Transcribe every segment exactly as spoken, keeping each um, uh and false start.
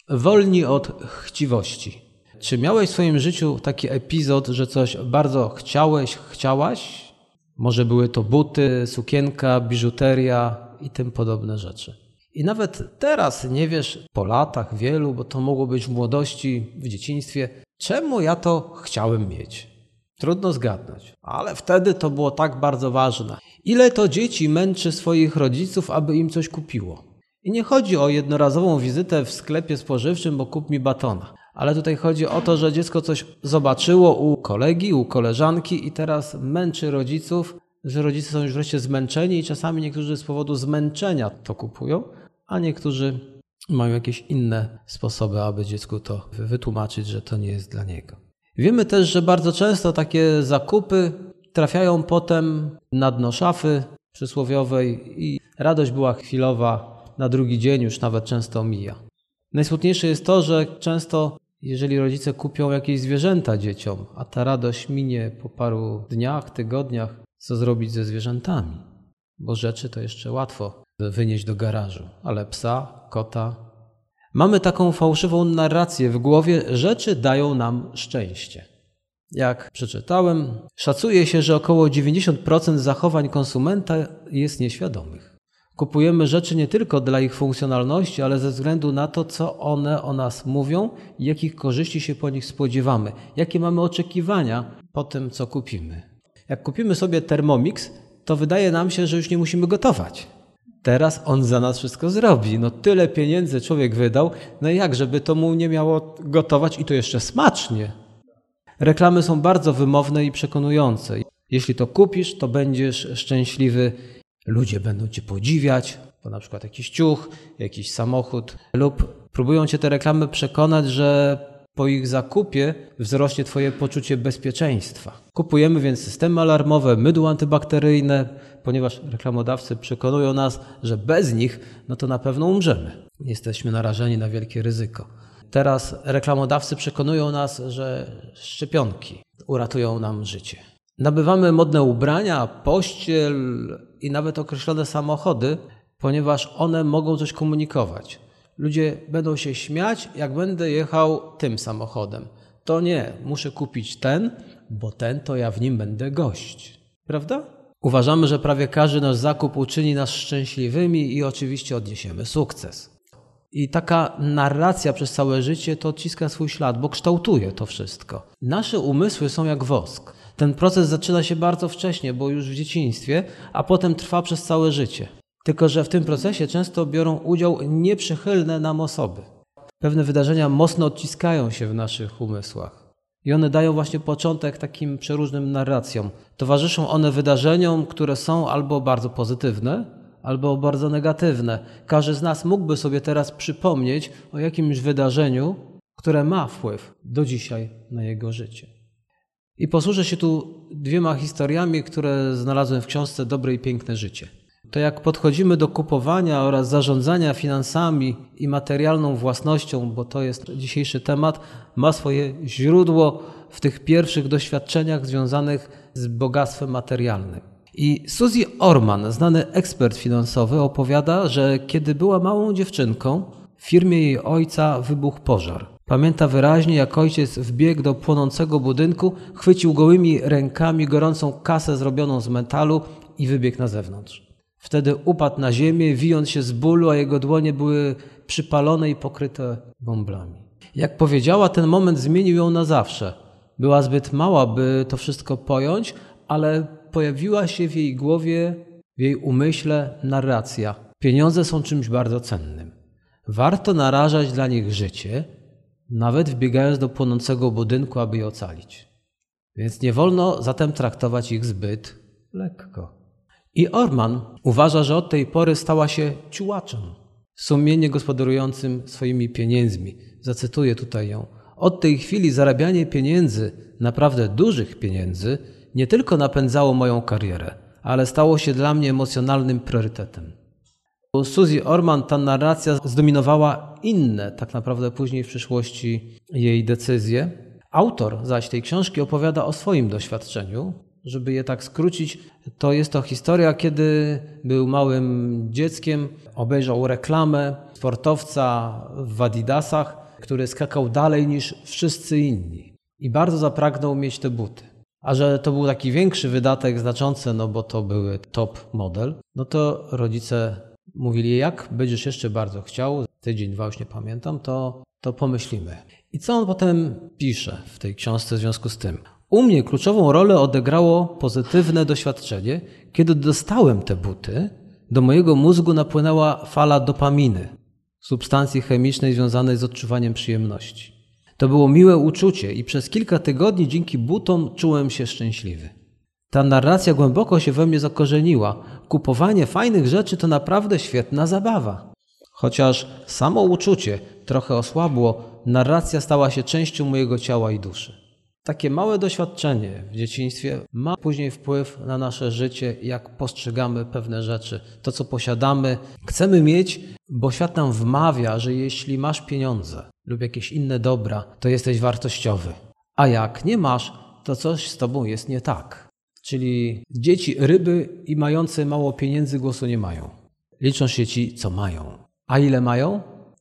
Wolni od chciwości. Czy miałeś w swoim życiu taki epizod, że coś bardzo chciałeś, chciałaś? Może były to buty, sukienka, biżuteria i tym podobne rzeczy. I nawet teraz nie wiesz po latach wielu, bo to mogło być w młodości, w dzieciństwie, czemu ja to chciałem mieć. Trudno zgadnąć, ale wtedy to było tak bardzo ważne. Ile to dzieci męczy swoich rodziców, aby im coś kupiło. I nie chodzi o jednorazową wizytę w sklepie spożywczym, bo kup mi batona. Ale tutaj chodzi o to, że dziecko coś zobaczyło u kolegi, u koleżanki i teraz męczy rodziców, że rodzice są już wreszcie zmęczeni i czasami niektórzy z powodu zmęczenia to kupują, a niektórzy mają jakieś inne sposoby, aby dziecku to wytłumaczyć, że to nie jest dla niego. Wiemy też, że bardzo często takie zakupy trafiają potem na dno szafy przysłowiowej i radość była chwilowa, na drugi dzień już nawet często mija. Najsmutniejsze jest to, że często jeżeli rodzice kupią jakieś zwierzęta dzieciom, a ta radość minie po paru dniach, tygodniach, co zrobić ze zwierzętami? Bo rzeczy to jeszcze łatwo wynieść do garażu, ale psa, kota... Mamy taką fałszywą narrację w głowie, rzeczy dają nam szczęście. Jak przeczytałem, szacuje się, że około dziewięćdziesiąt procent zachowań konsumenta jest nieświadomych. Kupujemy rzeczy nie tylko dla ich funkcjonalności, ale ze względu na to, co one o nas mówią i jakich korzyści się po nich spodziewamy, jakie mamy oczekiwania po tym, co kupimy. Jak kupimy sobie Thermomix, to wydaje nam się, że już nie musimy gotować. Teraz on za nas wszystko zrobi. No tyle pieniędzy człowiek wydał, no i jak, żeby to mu nie miało gotować i to jeszcze smacznie. Reklamy są bardzo wymowne i przekonujące. Jeśli to kupisz, to będziesz szczęśliwy. Ludzie będą cię podziwiać, bo na przykład jakiś ciuch, jakiś samochód lub próbują cię te reklamy przekonać, że po ich zakupie wzrośnie twoje poczucie bezpieczeństwa. Kupujemy więc systemy alarmowe, mydło antybakteryjne, ponieważ reklamodawcy przekonują nas, że bez nich no to na pewno umrzemy. Jesteśmy narażeni na wielkie ryzyko. Teraz reklamodawcy przekonują nas, że szczepionki uratują nam życie. Nabywamy modne ubrania, pościel i nawet określone samochody, ponieważ one mogą coś komunikować. Ludzie będą się śmiać, jak będę jechał tym samochodem. To nie, muszę kupić ten, bo ten to ja w nim będę gość. Prawda? Uważamy, że prawie każdy nasz zakup uczyni nas szczęśliwymi i oczywiście odniesiemy sukces. I taka narracja przez całe życie to odciska swój ślad, bo kształtuje to wszystko. Nasze umysły są jak wosk. Ten proces zaczyna się bardzo wcześnie, bo już w dzieciństwie, a potem trwa przez całe życie. Tylko że w tym procesie często biorą udział nieprzychylne nam osoby. Pewne wydarzenia mocno odciskają się w naszych umysłach. I one dają właśnie początek takim przeróżnym narracjom. Towarzyszą one wydarzeniom, które są albo bardzo pozytywne, albo bardzo negatywne. Każdy z nas mógłby sobie teraz przypomnieć o jakimś wydarzeniu, które ma wpływ do dzisiaj na jego życie. I posłużę się tu dwiema historiami, które znalazłem w książce Dobre i piękne życie. To jak podchodzimy do kupowania oraz zarządzania finansami i materialną własnością, bo to jest dzisiejszy temat, ma swoje źródło w tych pierwszych doświadczeniach związanych z bogactwem materialnym. I Suzy Orman, znany ekspert finansowy, opowiada, że kiedy była małą dziewczynką, w firmie jej ojca wybuchł pożar. Pamięta wyraźnie, jak ojciec wbiegł do płonącego budynku, chwycił gołymi rękami gorącą kasę zrobioną z metalu i wybiegł na zewnątrz. Wtedy upadł na ziemię, wijąc się z bólu, a jego dłonie były przypalone i pokryte bąblami. Jak powiedziała, ten moment zmienił ją na zawsze. Była zbyt mała, by to wszystko pojąć, ale pojawiła się w jej głowie, w jej umyśle narracja. Pieniądze są czymś bardzo cennym. Warto narażać dla nich życie, nawet wbiegając do płonącego budynku, aby je ocalić. Więc nie wolno zatem traktować ich zbyt lekko. I Orman uważa, że od tej pory stała się ciułaczem, sumiennie gospodarującym swoimi pieniędzmi. Zacytuję tutaj ją. Od tej chwili zarabianie pieniędzy, naprawdę dużych pieniędzy, nie tylko napędzało moją karierę, ale stało się dla mnie emocjonalnym priorytetem. U Suzy Orman ta narracja zdominowała inne, tak naprawdę później w przyszłości, jej decyzje. Autor zaś tej książki opowiada o swoim doświadczeniu, żeby je tak skrócić, to jest to historia, kiedy był małym dzieckiem, obejrzał reklamę sportowca w Adidasach, który skakał dalej niż wszyscy inni i bardzo zapragnął mieć te buty. A że to był taki większy wydatek, znaczący, no bo to były top model, no to rodzice mówili, jak będziesz jeszcze bardzo chciał, tydzień, dwa, już nie pamiętam, to, to pomyślimy. I co on potem pisze w tej książce w związku z tym? U mnie kluczową rolę odegrało pozytywne doświadczenie. Kiedy dostałem te buty, do mojego mózgu napłynęła fala dopaminy, substancji chemicznej związanej z odczuwaniem przyjemności. To było miłe uczucie i przez kilka tygodni dzięki butom czułem się szczęśliwy. Ta narracja głęboko się we mnie zakorzeniła. Kupowanie fajnych rzeczy to naprawdę świetna zabawa. Chociaż samo uczucie trochę osłabło, narracja stała się częścią mojego ciała i duszy. Takie małe doświadczenie w dzieciństwie ma później wpływ na nasze życie, jak postrzegamy pewne rzeczy. To, co posiadamy, chcemy mieć, bo świat nam wmawia, że jeśli masz pieniądze lub jakieś inne dobra, to jesteś wartościowy. A jak nie masz, to coś z tobą jest nie tak. Czyli dzieci ryby i mające mało pieniędzy głosu nie mają. Liczą się ci, co mają. A ile mają?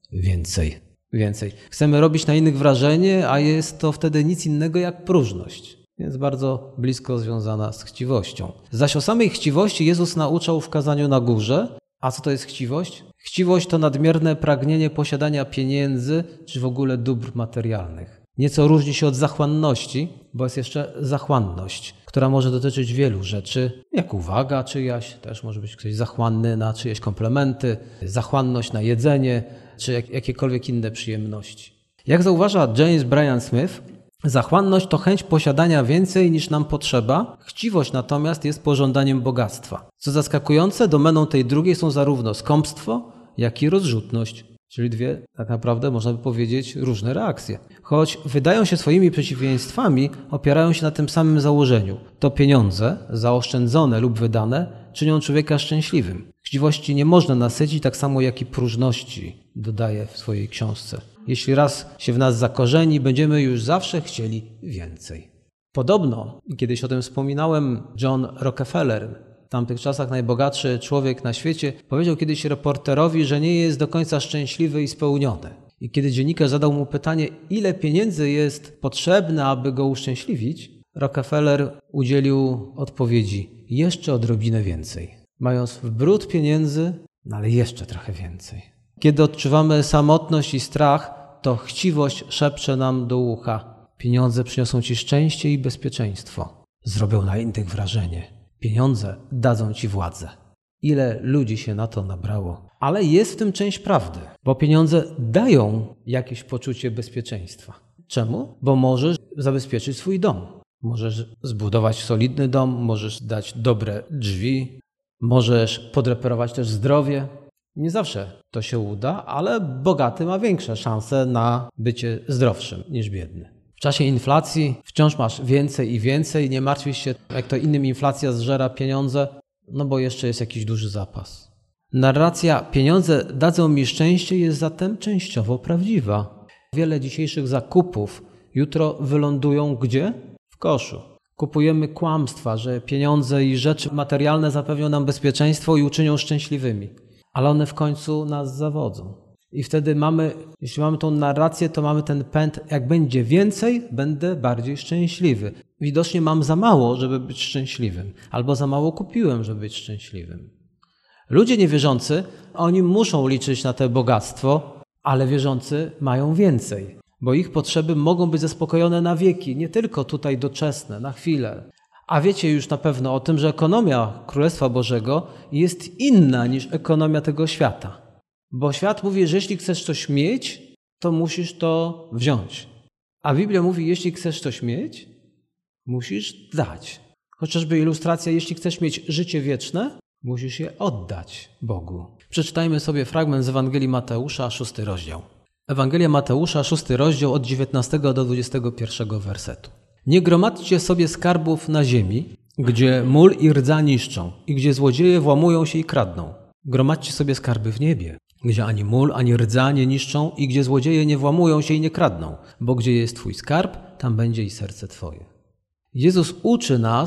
Więcej. Więcej. Chcemy robić na innych wrażenie, a jest to wtedy nic innego jak próżność. Więc bardzo blisko związana z chciwością. Zaś o samej chciwości Jezus nauczał w kazaniu na górze. A co to jest chciwość? Chciwość to nadmierne pragnienie posiadania pieniędzy czy w ogóle dóbr materialnych. Nieco różni się od zachłanności, bo jest jeszcze zachłanność, która może dotyczyć wielu rzeczy, jak uwaga czyjaś, też może być ktoś zachłanny na czyjeś komplementy, zachłanność na jedzenie, czy jak, jakiekolwiek inne przyjemności. Jak zauważa James Bryan Smith, zachłanność to chęć posiadania więcej niż nam potrzeba, chciwość natomiast jest pożądaniem bogactwa. Co zaskakujące, domeną tej drugiej są zarówno skąpstwo, jak i rozrzutność, czyli dwie, tak naprawdę można by powiedzieć, różne reakcje. Choć wydają się swoimi przeciwieństwami, opierają się na tym samym założeniu. To pieniądze, zaoszczędzone lub wydane, czynią człowieka szczęśliwym. Chciwości nie można nasycić, tak samo jak i próżności, dodaje w swojej książce. Jeśli raz się w nas zakorzeni, będziemy już zawsze chcieli więcej. Podobno, kiedyś o tym wspominałem, John Rockefeller, w tamtych czasach najbogatszy człowiek na świecie, powiedział kiedyś reporterowi, że nie jest do końca szczęśliwy i spełniony. I kiedy dziennikarz zadał mu pytanie, ile pieniędzy jest potrzebne, aby go uszczęśliwić, Rockefeller udzielił odpowiedzi, jeszcze odrobinę więcej. Mając w bród pieniędzy, no ale jeszcze trochę więcej. Kiedy odczuwamy samotność i strach, to chciwość szepcze nam do ucha. Pieniądze przyniosą ci szczęście i bezpieczeństwo. Zrobią na innych wrażenie. Pieniądze dadzą ci władzę. Ile ludzi się na to nabrało. Ale jest w tym część prawdy, bo pieniądze dają jakieś poczucie bezpieczeństwa. Czemu? Bo możesz zabezpieczyć swój dom. Możesz zbudować solidny dom, możesz dać dobre drzwi, możesz podreperować też zdrowie. Nie zawsze to się uda, ale bogaty ma większe szanse na bycie zdrowszym niż biedny. W czasie inflacji wciąż masz więcej i więcej, nie martwisz się, jak to innym inflacja zżera pieniądze, no bo jeszcze jest jakiś duży zapas. Narracja pieniądze dadzą mi szczęście jest zatem częściowo prawdziwa. Wiele dzisiejszych zakupów jutro wylądują gdzie? W koszu. Kupujemy kłamstwa, że pieniądze i rzeczy materialne zapewnią nam bezpieczeństwo i uczynią szczęśliwymi. Ale one w końcu nas zawodzą. I wtedy mamy, jeśli mamy tą narrację, to mamy ten pęd, jak będzie więcej, będę bardziej szczęśliwy. Widocznie mam za mało, żeby być szczęśliwym. Albo za mało kupiłem, żeby być szczęśliwym. Ludzie niewierzący, oni muszą liczyć na to bogactwo, ale wierzący mają więcej. Bo ich potrzeby mogą być zaspokojone na wieki, nie tylko tutaj doczesne, na chwilę. A wiecie już na pewno o tym, że ekonomia Królestwa Bożego jest inna niż ekonomia tego świata. Bo świat mówi, że jeśli chcesz coś mieć, to musisz to wziąć. A Biblia mówi, jeśli chcesz coś mieć, musisz dać. Chociażby ilustracja, jeśli chcesz mieć życie wieczne, musisz je oddać Bogu. Przeczytajmy sobie fragment z Ewangelii Mateusza, szósty rozdział. Ewangelia Mateusza, szósty rozdział od dziewiętnastego do dwudziestego pierwszego wersetu. Nie gromadźcie sobie skarbów na ziemi, gdzie mól i rdza niszczą i gdzie złodzieje włamują się i kradną. Gromadźcie sobie skarby w niebie, gdzie ani mól, ani rdza nie niszczą i gdzie złodzieje nie włamują się i nie kradną, bo gdzie jest Twój skarb, tam będzie i serce Twoje. Jezus uczy nas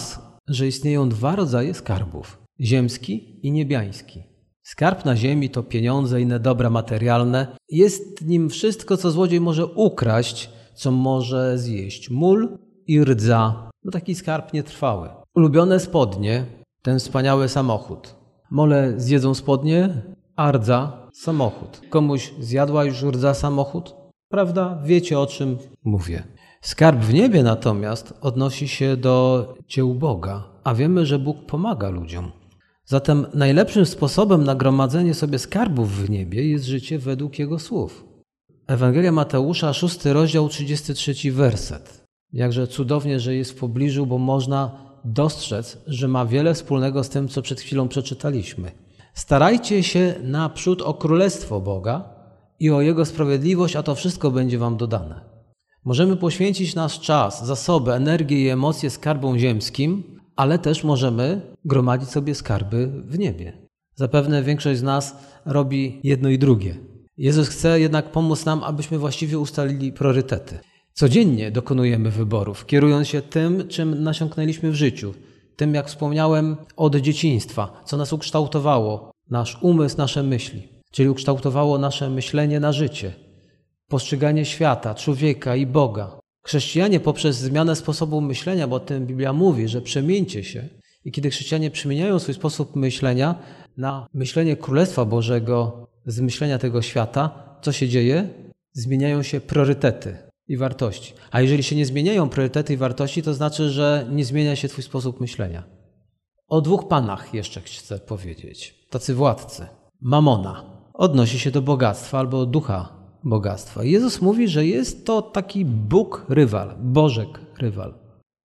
że istnieją dwa rodzaje skarbów. Ziemski i niebiański. Skarb na ziemi to pieniądze i inne dobra materialne. Jest nim wszystko, co złodziej może ukraść, co może zjeść mól i rdza. No taki skarb nietrwały. Ulubione spodnie, ten wspaniały samochód. Mole zjedzą spodnie, a rdza samochód. Komuś zjadła już rdza samochód? Prawda? Wiecie, o czym mówię. Skarb w niebie natomiast odnosi się do dzieł Boga, a wiemy, że Bóg pomaga ludziom. Zatem najlepszym sposobem na gromadzenie sobie skarbów w niebie jest życie według Jego słów. Ewangelia Mateusza, szósty rozdział, trzydziesty trzeci werset. Jakże cudownie, że jest w pobliżu, bo można dostrzec, że ma wiele wspólnego z tym, co przed chwilą przeczytaliśmy. Starajcie się naprzód o Królestwo Boga i o Jego sprawiedliwość, a to wszystko będzie wam dodane. Możemy poświęcić nasz czas, zasoby, energię i emocje skarbom ziemskim, ale też możemy gromadzić sobie skarby w niebie. Zapewne większość z nas robi jedno i drugie. Jezus chce jednak pomóc nam, abyśmy właściwie ustalili priorytety. Codziennie dokonujemy wyborów, kierując się tym, czym nasiąknęliśmy w życiu. Tym, jak wspomniałem, od dzieciństwa, co nas ukształtowało, nasz umysł, nasze myśli. Czyli ukształtowało nasze myślenie na życie, postrzeganie świata, człowieka i Boga. Chrześcijanie poprzez zmianę sposobu myślenia, bo o tym Biblia mówi, że przemieńcie się. I kiedy chrześcijanie przemieniają swój sposób myślenia na myślenie Królestwa Bożego z myślenia tego świata, co się dzieje? Zmieniają się priorytety i wartości. A jeżeli się nie zmieniają priorytety i wartości, to znaczy, że nie zmienia się twój sposób myślenia. O dwóch panach jeszcze chcę powiedzieć. Tacy władcy. Mamona odnosi się do bogactwa albo ducha bogactwa. Jezus mówi, że jest to taki Bóg rywal, Bożek rywal.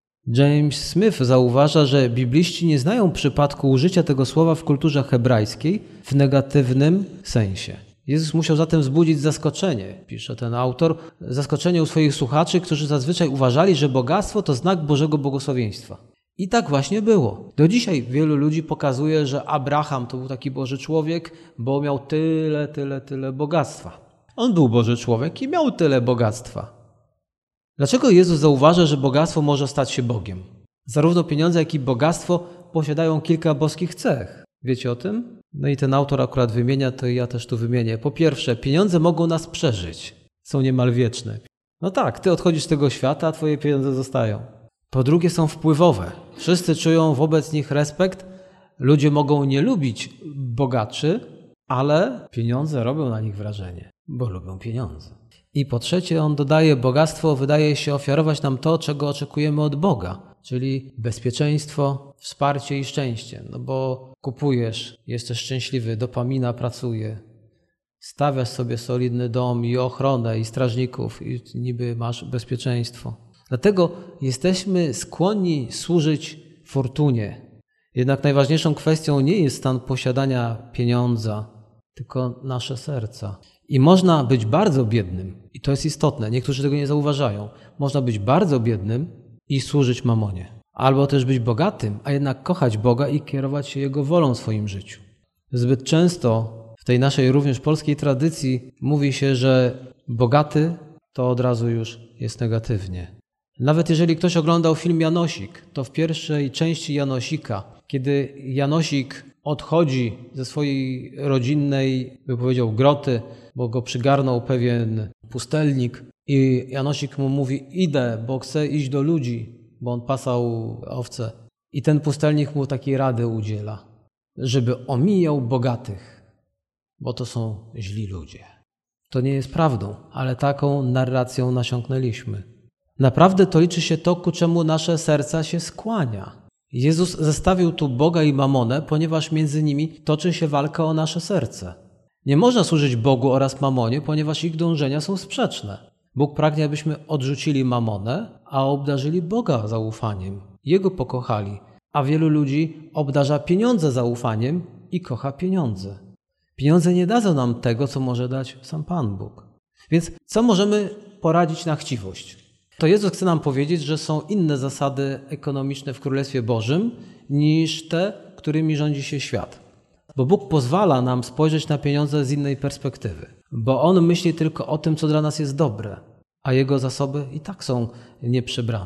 James Smith zauważa, że bibliści nie znają przypadku użycia tego słowa w kulturze hebrajskiej w negatywnym sensie. Jezus musiał zatem wzbudzić zaskoczenie, pisze ten autor, zaskoczenie u swoich słuchaczy, którzy zazwyczaj uważali, że bogactwo to znak Bożego błogosławieństwa. I tak właśnie było. Do dzisiaj wielu ludzi pokazuje, że Abraham to był taki Boży człowiek, bo miał tyle, tyle, tyle bogactwa. On był Boży człowiek i miał tyle bogactwa. Dlaczego Jezus zauważa, że bogactwo może stać się Bogiem? Zarówno pieniądze, jak i bogactwo posiadają kilka boskich cech. Wiecie o tym? No i ten autor akurat wymienia, to ja też tu wymienię. Po pierwsze, pieniądze mogą nas przeżyć. Są niemal wieczne. No tak, ty odchodzisz z tego świata, a twoje pieniądze zostają. Po drugie, są wpływowe. Wszyscy czują wobec nich respekt. Ludzie mogą nie lubić bogaczy, ale pieniądze robią na nich wrażenie, bo lubią pieniądze. I po trzecie, on dodaje, bogactwo wydaje się ofiarować nam to, czego oczekujemy od Boga, czyli bezpieczeństwo, wsparcie i szczęście. No bo kupujesz, jesteś szczęśliwy, dopamina pracuje, stawiasz sobie solidny dom i ochronę i strażników i niby masz bezpieczeństwo. Dlatego jesteśmy skłonni służyć fortunie. Jednak najważniejszą kwestią nie jest stan posiadania pieniądza, tylko nasze serca. I można być bardzo biednym, i to jest istotne, niektórzy tego nie zauważają, można być bardzo biednym i służyć mamonie. Albo też być bogatym, a jednak kochać Boga i kierować się Jego wolą w swoim życiu. Zbyt często w tej naszej również polskiej tradycji mówi się, że bogaty to od razu już jest negatywnie. Nawet jeżeli ktoś oglądał film Janosik, to w pierwszej części Janosika, kiedy Janosik odchodzi ze swojej rodzinnej, by powiedział, groty, bo go przygarnął pewien pustelnik i Janosik mu mówi: idę, bo chcę iść do ludzi, bo on pasał owce. I ten pustelnik mu takiej rady udziela, żeby omijał bogatych, bo to są źli ludzie. To nie jest prawdą, ale taką narracją nasiąknęliśmy. Naprawdę to liczy się to, ku czemu nasze serca się skłania. Jezus zestawił tu Boga i mamonę, ponieważ między nimi toczy się walka o nasze serce. Nie można służyć Bogu oraz mamonie, ponieważ ich dążenia są sprzeczne. Bóg pragnie, abyśmy odrzucili mamonę, a obdarzyli Boga zaufaniem. Jego pokochali, a wielu ludzi obdarza pieniądze zaufaniem i kocha pieniądze. Pieniądze nie dadzą nam tego, co może dać sam Pan Bóg. Więc co możemy poradzić na chciwość? To Jezus chce nam powiedzieć, że są inne zasady ekonomiczne w Królestwie Bożym niż te, którymi rządzi się świat. Bo Bóg pozwala nam spojrzeć na pieniądze z innej perspektywy. Bo On myśli tylko o tym, co dla nas jest dobre, a Jego zasoby i tak są nieprzebrane.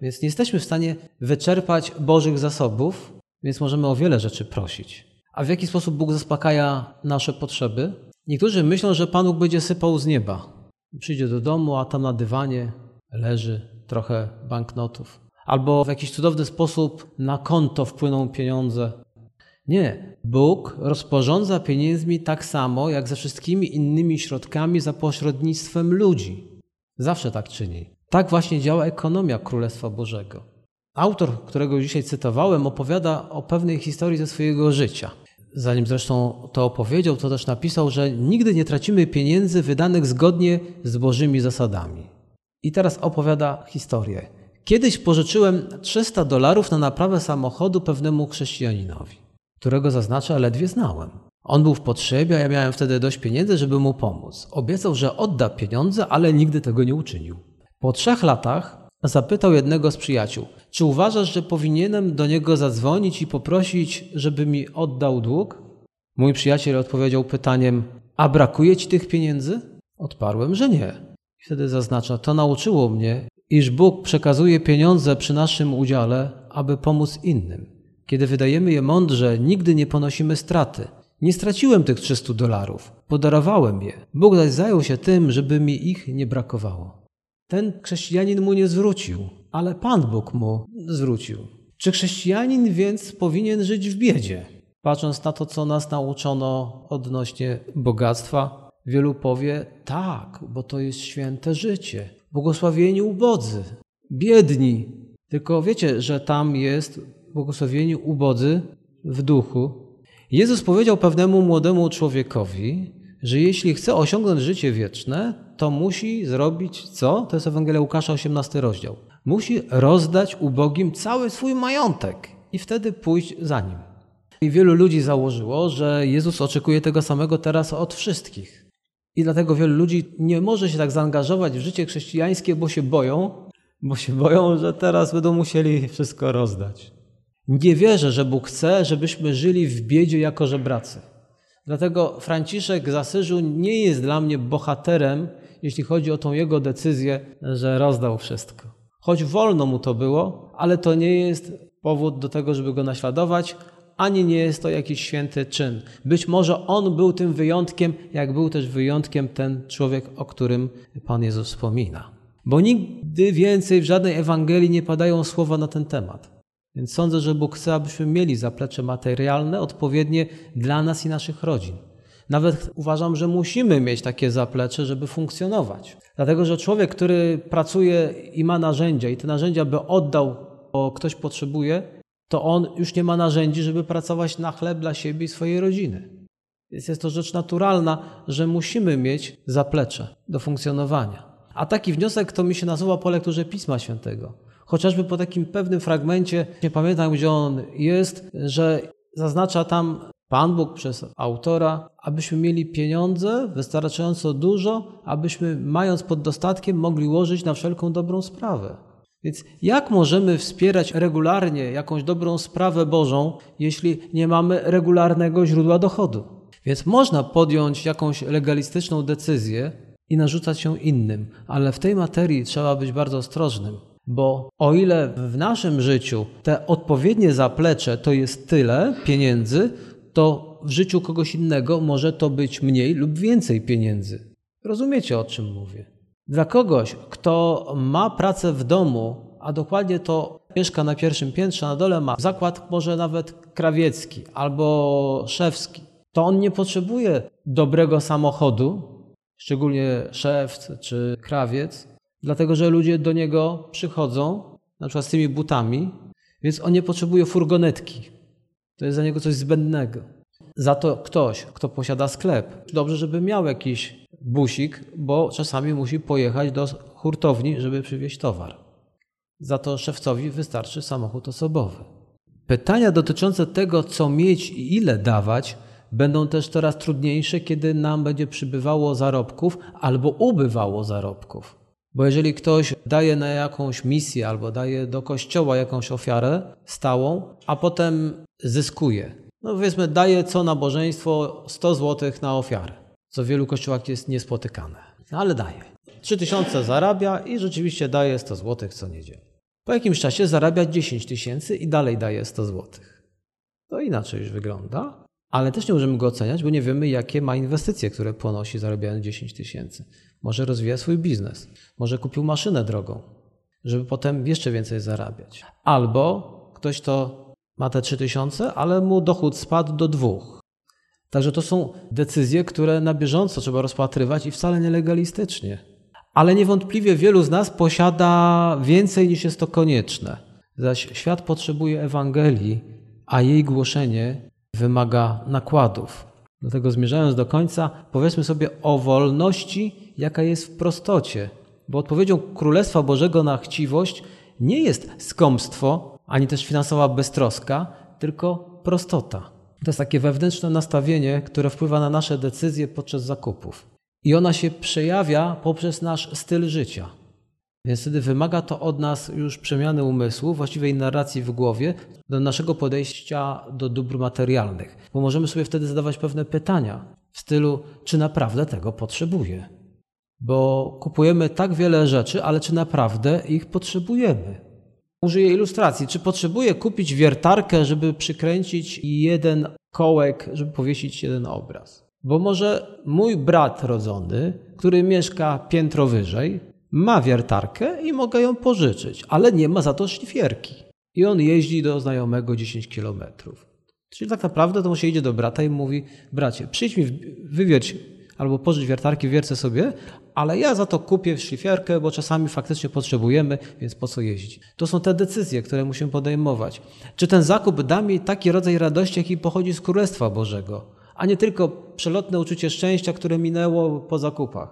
więc nie jesteśmy w stanie wyczerpać Bożych zasobów, więc możemy o wiele rzeczy prosić. A w jaki sposób Bóg zaspokaja nasze potrzeby? Niektórzy myślą, że Pan Bóg będzie sypał z nieba. Przyjdzie do domu, a tam na dywanie leży trochę banknotów. Albo w jakiś cudowny sposób na konto wpłyną pieniądze. Nie. Bóg rozporządza pieniędzmi tak samo, jak ze wszystkimi innymi środkami za pośrednictwem ludzi. Zawsze tak czyni. Tak właśnie działa ekonomia Królestwa Bożego. Autor, którego dzisiaj cytowałem, opowiada o pewnej historii ze swojego życia. Zanim zresztą to opowiedział, to też napisał, że nigdy nie tracimy pieniędzy wydanych zgodnie z Bożymi zasadami. I teraz opowiada historię. Kiedyś pożyczyłem trzysta dolarów na naprawę samochodu pewnemu chrześcijaninowi, którego zaznacza ledwie znałem. On był w potrzebie, a ja miałem wtedy dość pieniędzy, żeby mu pomóc. Obiecał, że odda pieniądze, ale nigdy tego nie uczynił. Po trzech latach zapytał jednego z przyjaciół, czy uważasz, że powinienem do niego zadzwonić i poprosić, żeby mi oddał dług? Mój przyjaciel odpowiedział pytaniem, a brakuje ci tych pieniędzy? Odparłem, że nie. I wtedy zaznacza, to nauczyło mnie, iż Bóg przekazuje pieniądze przy naszym udziale, aby pomóc innym. Kiedy wydajemy je mądrze, nigdy nie ponosimy straty. Nie straciłem tych trzystu dolarów, podarowałem je. Bóg zaś zajął się tym, żeby mi ich nie brakowało. Ten chrześcijanin mu nie zwrócił, ale Pan Bóg mu zwrócił. Czy chrześcijanin więc powinien żyć w biedzie? Patrząc na to, co nas nauczono odnośnie bogactwa, wielu powie, tak, bo to jest święte życie. Błogosławieni ubodzy, biedni. Tylko wiecie, że tam jest błogosławieni ubodzy w duchu. Jezus powiedział pewnemu młodemu człowiekowi, że jeśli chce osiągnąć życie wieczne, to musi zrobić co? To jest Ewangelia Łukasza, osiemnasty rozdział. Musi rozdać ubogim cały swój majątek i wtedy pójść za nim. I wielu ludzi założyło, że Jezus oczekuje tego samego teraz od wszystkich. I dlatego wielu ludzi nie może się tak zaangażować w życie chrześcijańskie, bo się boją, bo się boją, że teraz będą musieli wszystko rozdać. Nie wierzę, że Bóg chce, żebyśmy żyli w biedzie jako żebracy. Dlatego Franciszek z Asyżu nie jest dla mnie bohaterem, jeśli chodzi o tą jego decyzję, że rozdał wszystko. Choć wolno mu to było, ale to nie jest powód do tego, żeby go naśladować, ani nie jest to jakiś święty czyn. Być może on był tym wyjątkiem, jak był też wyjątkiem ten człowiek, o którym Pan Jezus wspomina. Bo nigdy więcej w żadnej Ewangelii nie padają słowa na ten temat. Więc sądzę, że Bóg chce, abyśmy mieli zaplecze materialne odpowiednie dla nas i naszych rodzin. Nawet uważam, że musimy mieć takie zaplecze, żeby funkcjonować. Dlatego, że człowiek, który pracuje i ma narzędzia i te narzędzia by oddał, bo ktoś potrzebuje, to on już nie ma narzędzi, żeby pracować na chleb dla siebie i swojej rodziny. Więc jest to rzecz naturalna, że musimy mieć zaplecze do funkcjonowania. A taki wniosek to mi się nasuwa po lekturze Pisma Świętego. Chociażby po takim pewnym fragmencie, nie pamiętam gdzie on jest, że zaznacza tam Pan Bóg przez autora, abyśmy mieli pieniądze wystarczająco dużo, abyśmy mając pod dostatkiem mogli łożyć na wszelką dobrą sprawę. Więc jak możemy wspierać regularnie jakąś dobrą sprawę Bożą, jeśli nie mamy regularnego źródła dochodu? Więc można podjąć jakąś legalistyczną decyzję i narzucać ją innym, ale w tej materii trzeba być bardzo ostrożnym. Bo o ile w naszym życiu te odpowiednie zaplecze to jest tyle pieniędzy, to w życiu kogoś innego może to być mniej lub więcej pieniędzy. Rozumiecie, o czym mówię? Dla kogoś, kto ma pracę w domu, a dokładnie to mieszka na pierwszym piętrze, na dole ma zakład może nawet krawiecki albo szewski, to on nie potrzebuje dobrego samochodu, szczególnie szewc czy krawiec, dlatego że ludzie do niego przychodzą, na przykład z tymi butami, więc on nie potrzebuje furgonetki. To jest dla niego coś zbędnego. Za to ktoś, kto posiada sklep, dobrze, żeby miał jakiś busik, bo czasami musi pojechać do hurtowni, żeby przywieźć towar. Za to szewcowi wystarczy samochód osobowy. Pytania dotyczące tego, co mieć i ile dawać, będą też coraz trudniejsze, kiedy nam będzie przybywało zarobków albo ubywało zarobków. Bo jeżeli ktoś daje na jakąś misję albo daje do kościoła jakąś ofiarę stałą, a potem zyskuje. No powiedzmy, daje co nabożeństwo sto złotych na ofiarę, co w wielu kościołach jest niespotykane. No ale daje. trzy tysiące zarabia i rzeczywiście daje sto złotych co niedzielę. Po jakimś czasie zarabia dziesięć tysięcy i dalej daje sto złotych. To inaczej już wygląda, ale też nie możemy go oceniać, bo nie wiemy, jakie ma inwestycje, które ponosi zarabiając dziesięć tysięcy. Może rozwija swój biznes, może kupił maszynę drogą, żeby potem jeszcze więcej zarabiać. Albo ktoś to ma te trzy tysiące, ale mu dochód spadł do dwóch. Także to są decyzje, które na bieżąco trzeba rozpatrywać i wcale nie legalistycznie. Ale niewątpliwie wielu z nas posiada więcej niż jest to konieczne. Zaś świat potrzebuje Ewangelii, a jej głoszenie wymaga nakładów. Dlatego zmierzając do końca, powiedzmy sobie o wolności, jaka jest w prostocie. Bo odpowiedzią Królestwa Bożego na chciwość nie jest skąpstwo, ani też finansowa beztroska, tylko prostota. To jest takie wewnętrzne nastawienie, które wpływa na nasze decyzje podczas zakupów. I ona się przejawia poprzez nasz styl życia. Więc wtedy wymaga to od nas już przemiany umysłu, właściwej narracji w głowie, do naszego podejścia do dóbr materialnych. Bo możemy sobie wtedy zadawać pewne pytania w stylu, czy naprawdę tego potrzebuję? Bo kupujemy tak wiele rzeczy, ale czy naprawdę ich potrzebujemy? Użyję ilustracji. Czy potrzebuję kupić wiertarkę, żeby przykręcić jeden kołek, żeby powiesić jeden obraz? Bo może mój brat rodzony, który mieszka piętro wyżej, ma wiertarkę i mogę ją pożyczyć, ale nie ma za to szlifierki. I on jeździ do znajomego dziesięć kilometrów. Czyli tak naprawdę to mu się idzie do brata i mówi: bracie, przyjdź mi wywierć albo pożycz wiertarki, wiercę sobie, ale ja za to kupię szlifierkę, bo czasami faktycznie potrzebujemy, więc po co jeździć? To są te decyzje, które musimy podejmować. Czy ten zakup da mi taki rodzaj radości, jaki pochodzi z Królestwa Bożego, a nie tylko przelotne uczucie szczęścia, które minęło po zakupach?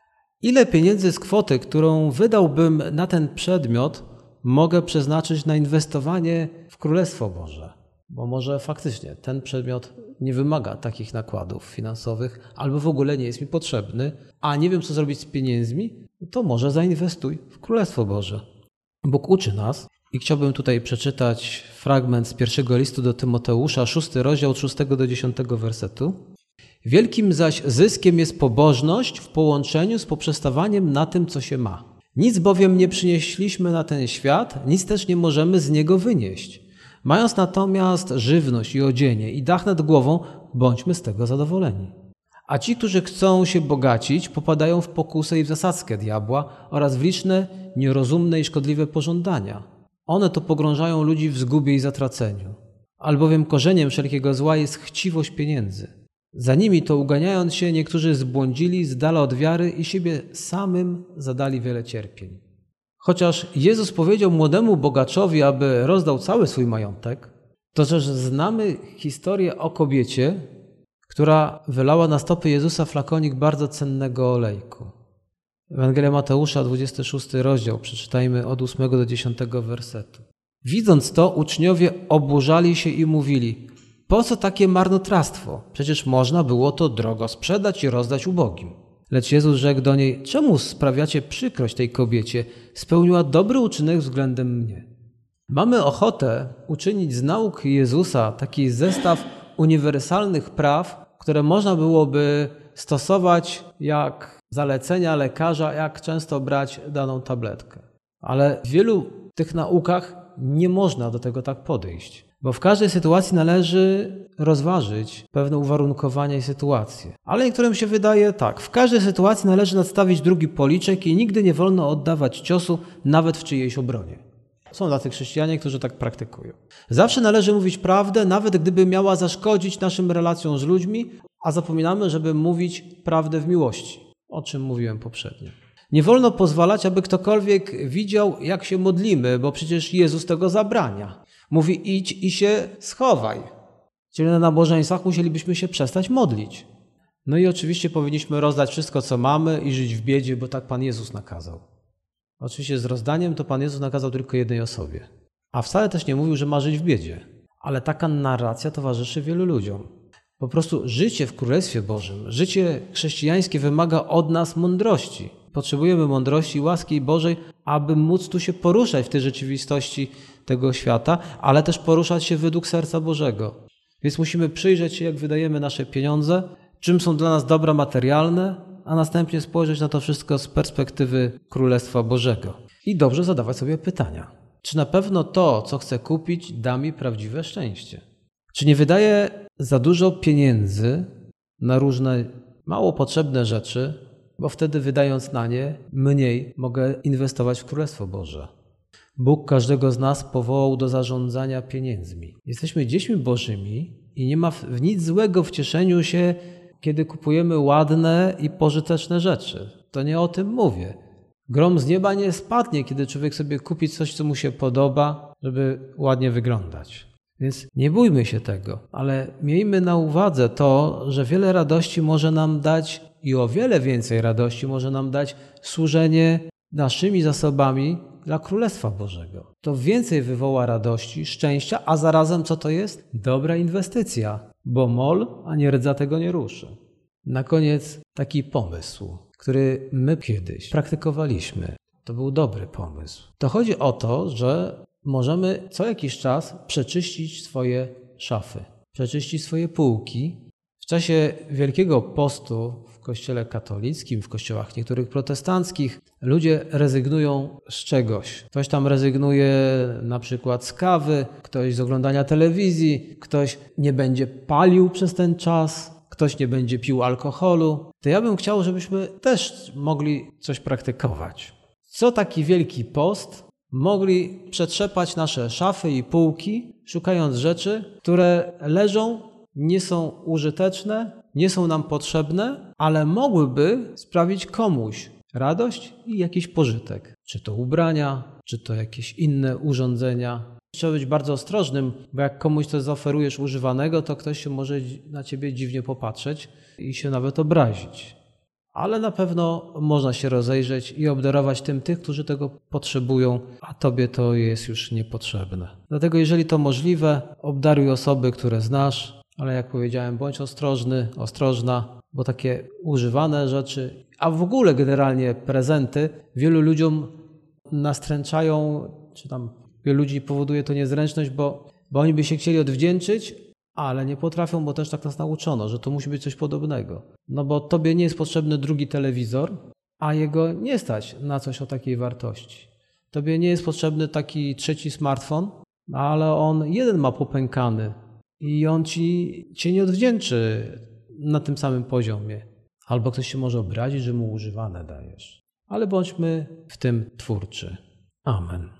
Ile pieniędzy z kwoty, którą wydałbym na ten przedmiot, mogę przeznaczyć na inwestowanie w Królestwo Boże? Bo może faktycznie ten przedmiot nie wymaga takich nakładów finansowych, albo w ogóle nie jest mi potrzebny, a nie wiem, co zrobić z pieniędzmi, to może zainwestuj w Królestwo Boże. Bóg uczy nas i chciałbym tutaj przeczytać fragment z pierwszego listu do Tymoteusza, szósty rozdział, od szóstego do dziesiątego wersetu. Wielkim zaś zyskiem jest pobożność w połączeniu z poprzestawaniem na tym, co się ma. Nic bowiem nie przynieśliśmy na ten świat, nic też nie możemy z niego wynieść. Mając natomiast żywność i odzienie i dach nad głową, bądźmy z tego zadowoleni. A ci, którzy chcą się bogacić, popadają w pokusę i w zasadzkę diabła oraz w liczne, nierozumne i szkodliwe pożądania. One to pogrążają ludzi w zgubie i zatraceniu. Albowiem korzeniem wszelkiego zła jest chciwość pieniędzy. Za nimi to uganiając się, niektórzy zbłądzili z dala od wiary i siebie samym zadali wiele cierpień. Chociaż Jezus powiedział młodemu bogaczowi, aby rozdał cały swój majątek, to też znamy historię o kobiecie, która wylała na stopy Jezusa flakonik bardzo cennego olejku. Ewangelia Mateusza, dwudziesty szósty rozdział, przeczytajmy od ósmego do dziesiątego wersetu. Widząc to, uczniowie oburzali się i mówili: po co takie marnotrawstwo? Przecież można było to drogo sprzedać i rozdać ubogim. Lecz Jezus rzekł do niej: czemu sprawiacie przykrość tej kobiecie? Spełniła dobry uczynek względem mnie. Mamy ochotę uczynić z nauk Jezusa taki zestaw uniwersalnych praw, które można byłoby stosować jak zalecenia lekarza, jak często brać daną tabletkę. Ale w wielu tych naukach nie można do tego tak podejść, bo w każdej sytuacji należy rozważyć pewne uwarunkowania i sytuacje. Ale niektórym się wydaje tak, w każdej sytuacji należy nadstawić drugi policzek i nigdy nie wolno oddawać ciosu nawet w czyjejś obronie. Są tacy chrześcijanie, którzy tak praktykują. Zawsze należy mówić prawdę, nawet gdyby miała zaszkodzić naszym relacjom z ludźmi, a zapominamy, żeby mówić prawdę w miłości, o czym mówiłem poprzednio. Nie wolno pozwalać, aby ktokolwiek widział, jak się modlimy, bo przecież Jezus tego zabrania. Mówi: idź i się schowaj. Czyli na nabożeństwach musielibyśmy się przestać modlić. No i oczywiście powinniśmy rozdać wszystko, co mamy i żyć w biedzie, bo tak Pan Jezus nakazał. Oczywiście z rozdaniem to Pan Jezus nakazał tylko jednej osobie. A wcale też nie mówił, że ma żyć w biedzie. Ale taka narracja towarzyszy wielu ludziom. Po prostu życie w Królestwie Bożym, życie chrześcijańskie wymaga od nas mądrości. Potrzebujemy mądrości i łaski Bożej, aby móc tu się poruszać w tej rzeczywistości tego świata, ale też poruszać się według serca Bożego. Więc musimy przyjrzeć się, jak wydajemy nasze pieniądze, czym są dla nas dobra materialne, a następnie spojrzeć na to wszystko z perspektywy Królestwa Bożego. I dobrze zadawać sobie pytania. Czy na pewno to, co chcę kupić, da mi prawdziwe szczęście? Czy nie wydaję za dużo pieniędzy na różne mało potrzebne rzeczy, bo wtedy wydając na nie mniej mogę inwestować w Królestwo Boże? Bóg każdego z nas powołał do zarządzania pieniędzmi. Jesteśmy dziećmi Bożymi i nie ma w nic złego w cieszeniu się, kiedy kupujemy ładne i pożyteczne rzeczy. To nie o tym mówię. Grom z nieba nie spadnie, kiedy człowiek sobie kupi coś, co mu się podoba, żeby ładnie wyglądać. Więc nie bójmy się tego, ale miejmy na uwadze to, że wiele radości może nam dać i o wiele więcej radości może nam dać służenie naszymi zasobami dla Królestwa Bożego. To więcej wywoła radości, szczęścia, a zarazem co to jest? Dobra inwestycja, bo mol ani rdza tego nie ruszy. Na koniec taki pomysł, który my kiedyś praktykowaliśmy. To był dobry pomysł. To chodzi o to, że możemy co jakiś czas przeczyścić swoje szafy, przeczyścić swoje półki. W czasie Wielkiego Postu w kościele katolickim, w kościołach niektórych protestanckich ludzie rezygnują z czegoś. Ktoś tam rezygnuje na przykład z kawy, ktoś z oglądania telewizji, ktoś nie będzie palił przez ten czas, ktoś nie będzie pił alkoholu. To ja bym chciał, żebyśmy też mogli coś praktykować. Co taki Wielki Post? Mogli przetrzepać nasze szafy i półki, szukając rzeczy, które leżą, nie są użyteczne, nie są nam potrzebne, ale mogłyby sprawić komuś radość i jakiś pożytek. Czy to ubrania, czy to jakieś inne urządzenia. Trzeba być bardzo ostrożnym, bo jak komuś coś zaoferujesz używanego, to ktoś się może na ciebie dziwnie popatrzeć i się nawet obrazić. Ale na pewno można się rozejrzeć i obdarować tym tych, którzy tego potrzebują, a tobie to jest już niepotrzebne. Dlatego jeżeli to możliwe, obdaruj osoby, które znasz, ale jak powiedziałem, bądź ostrożny, ostrożna, bo takie używane rzeczy, a w ogóle generalnie prezenty wielu ludziom nastręczają, czy tam wielu ludzi powoduje to niezręczność, bo, bo oni by się chcieli odwdzięczyć, ale nie potrafią, bo też tak nas nauczono, że to musi być coś podobnego. No bo tobie nie jest potrzebny drugi telewizor, a jego nie stać na coś o takiej wartości. Tobie nie jest potrzebny taki trzeci smartfon, ale on jeden ma popękany i on ci cię nie odwdzięczy na tym samym poziomie. Albo ktoś się może obrazić, że mu używane dajesz. Ale bądźmy w tym twórczy. Amen.